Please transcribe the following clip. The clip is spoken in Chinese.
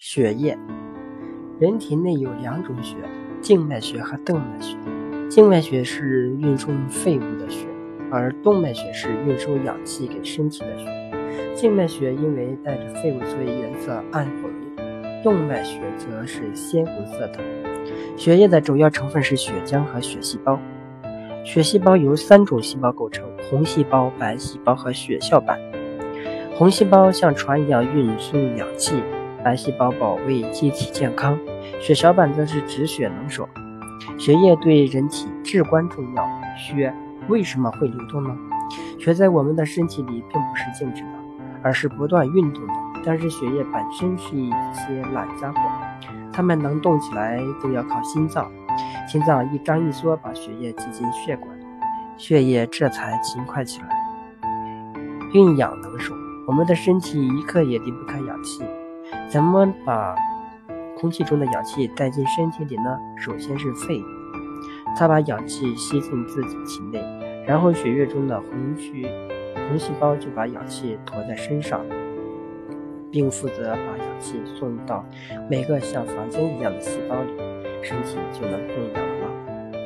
血液。人体内有两种血，静脉血和动脉血。静脉血是运送废物的血，而动脉血是运输氧气给身体的血。静脉血因为带着废物，所以颜色暗红，动脉血则是鲜红色的。血液的主要成分是血浆和血细胞。血细胞由3种细胞构成：红细胞、白细胞和血小板。红细胞像船一样运送氧气，白细胞保卫机体健康，血小板则是止血能手。血液对人体至关重要。血为什么会流动呢？血在我们的身体里并不是静止的，而是不断运动的。但是血液本身是一些懒家伙，它们能动起来都要靠心脏。心脏一张一缩，把血液挤进血管，血液这才勤快起来。运氧能手，我们的身体一刻也离不开氧气。怎么把空气中的氧气带进身体里呢？首先是肺，它把氧气吸进自己体内，然后血液中的红细胞就把氧气驮在身上，并负责把氧气送到每个像房间一样的细胞里，身体就能供氧。